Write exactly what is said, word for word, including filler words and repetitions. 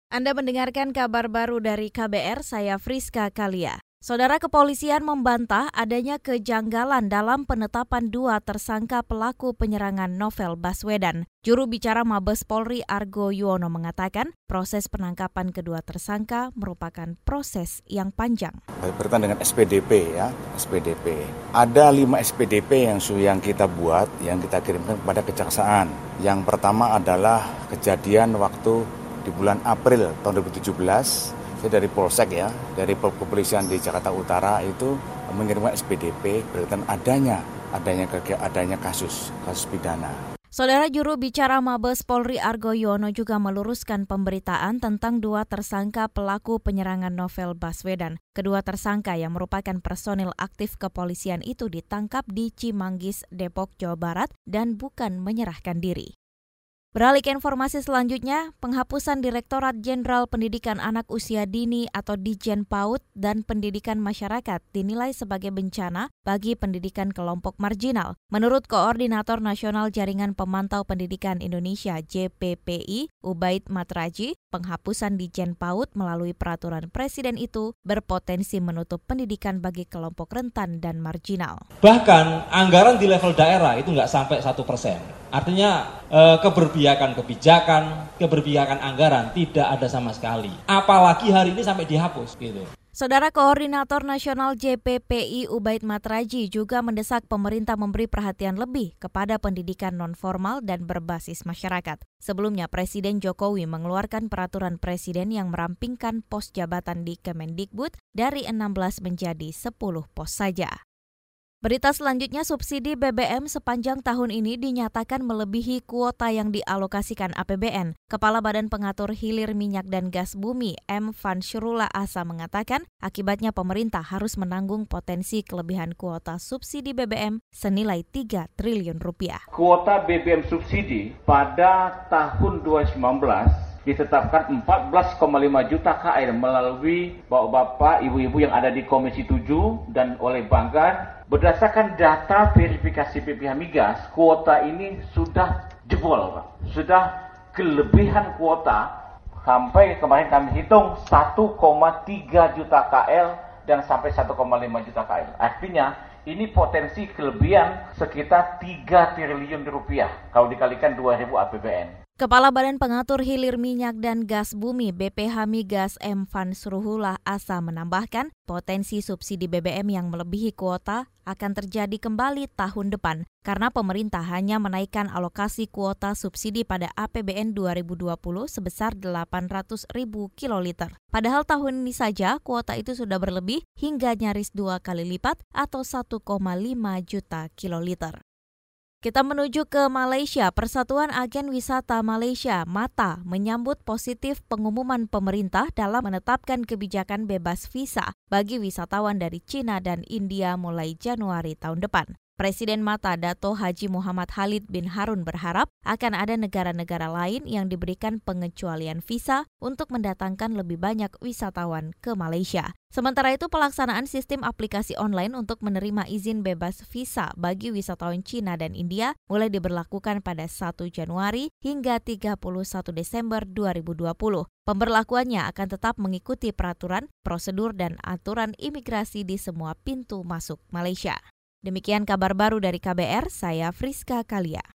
Anda mendengarkan kabar baru dari K B R, saya Friska Kalia. Saudara, kepolisian membantah adanya kejanggalan dalam penetapan dua tersangka pelaku penyerangan Novel Baswedan. Juru bicara Mabes Polri Argo Yuwono mengatakan proses penangkapan kedua tersangka merupakan proses yang panjang. Berkaitan dengan S P D P ya, S P D P. Ada lima S P D P yang yang kita buat, yang kita kirimkan kepada kejaksaan. Yang pertama adalah kejadian waktu di bulan April tahun dua ribu tujuh belas, saya dari Polsek ya, dari kepolisian di Jakarta Utara itu mengirimkan S P D P berkaitan adanya adanya adanya kasus kasus pidana. Saudara, juru bicara Mabes Polri Argo Yuwono juga meluruskan pemberitaan tentang dua tersangka pelaku penyerangan Novel Baswedan. Kedua tersangka yang merupakan personil aktif kepolisian itu ditangkap di Cimanggis, Depok, Jawa Barat dan bukan menyerahkan diri. Beralih ke informasi selanjutnya, penghapusan Direktorat Jenderal Pendidikan Anak Usia Dini atau Ditjen PAUD dan Pendidikan Masyarakat dinilai sebagai bencana bagi pendidikan kelompok marginal. Menurut Koordinator Nasional Jaringan Pemantau Pendidikan Indonesia J P P I, Ubaid Matraji, penghapusan Ditjen PAUD melalui peraturan Presiden itu berpotensi menutup pendidikan bagi kelompok rentan dan marginal. Bahkan anggaran di level daerah itu nggak sampai satu persen. Artinya eh, keberpihakan kebijakan, keberpihakan anggaran tidak ada sama sekali. Apalagi hari ini sampai dihapus gitu. Saudara, Koordinator Nasional J P P I Ubaid Matraji juga mendesak pemerintah memberi perhatian lebih kepada pendidikan nonformal dan berbasis masyarakat. Sebelumnya, Presiden Jokowi mengeluarkan peraturan presiden yang merampingkan pos jabatan di Kemendikbud dari enam belas menjadi sepuluh pos saja. Berita selanjutnya, subsidi B B M sepanjang tahun ini dinyatakan melebihi kuota yang dialokasikan A P B N. Kepala Badan Pengatur Hilir Minyak dan Gas Bumi, M. Fanshrullah Asa mengatakan, akibatnya pemerintah harus menanggung potensi kelebihan kuota subsidi B B M senilai tiga triliun rupiah. Kuota B B M subsidi pada tahun dua ribu sembilan belas ditetapkan empat belas koma lima juta K L melalui bapak-bapak, ibu-ibu yang ada di Komisi tujuh dan oleh Banggar. Berdasarkan data verifikasi P P H Migas, kuota ini sudah jebol, Pak. Sudah kelebihan kuota sampai kemarin kami hitung satu koma tiga juta K L dan sampai satu koma lima juta K L. Artinya ini potensi kelebihan sekitar tiga triliun rupiah kalau dikalikan dua ribu A P B N. Kepala Badan Pengatur Hilir Minyak dan Gas Bumi B P H Migas M. Fanshrullah Asa menambahkan potensi subsidi B B M yang melebihi kuota akan terjadi kembali tahun depan karena pemerintah hanya menaikkan alokasi kuota subsidi pada A P B N dua ribu dua puluh sebesar delapan ratus ribu kiloliter. Padahal tahun ini saja kuota itu sudah berlebih hingga nyaris dua kali lipat atau satu koma lima juta kiloliter. Kita menuju ke Malaysia. Persatuan Agen Wisata Malaysia (MATA) menyambut positif pengumuman pemerintah dalam menetapkan kebijakan bebas visa bagi wisatawan dari China dan India mulai Januari tahun depan. Presiden MATA Dato Haji Muhammad Khalid bin Harun berharap akan ada negara-negara lain yang diberikan pengecualian visa untuk mendatangkan lebih banyak wisatawan ke Malaysia. Sementara itu, pelaksanaan sistem aplikasi online untuk menerima izin bebas visa bagi wisatawan China dan India mulai diberlakukan pada satu Januari hingga tiga puluh satu Desember dua ribu dua puluh. Pemberlakuannya akan tetap mengikuti peraturan, prosedur, dan aturan imigrasi di semua pintu masuk Malaysia. Demikian kabar baru dari K B R, saya Friska Kalia.